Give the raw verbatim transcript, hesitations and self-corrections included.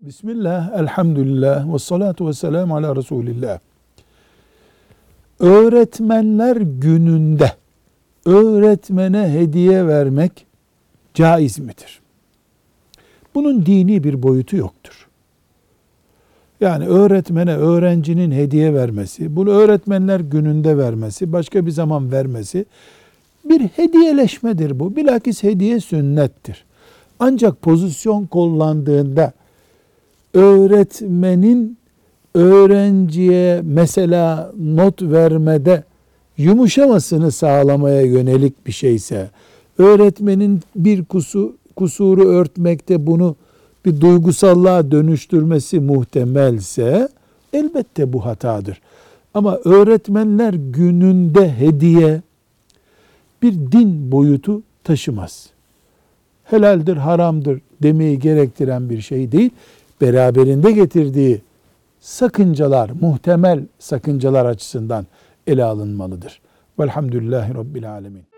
Bismillah, elhamdülillah, ve salatu ve selamu ala Resulillah. Öğretmenler gününde öğretmene hediye vermek caiz midir? Bunun dini bir boyutu yoktur. Yani öğretmene öğrencinin hediye vermesi, bunu öğretmenler gününde vermesi, başka bir zaman vermesi bir hediyeleşmedir bu. Bilakis hediye sünnettir. Ancak pozisyon kullandığında öğretmenin öğrenciye mesela not vermede yumuşamasını sağlamaya yönelik bir şeyse, öğretmenin bir kusu, kusuru örtmekte bunu bir duygusallığa dönüştürmesi muhtemelse elbette bu hatadır. Ama öğretmenler gününde hediye bir din boyutu taşımaz. Helaldir, haramdır demeyi gerektiren bir şey değil. Beraberinde getirdiği sakıncalar, muhtemel sakıncalar açısından ele alınmalıdır. Velhamdülillahi Rabbil Alemin.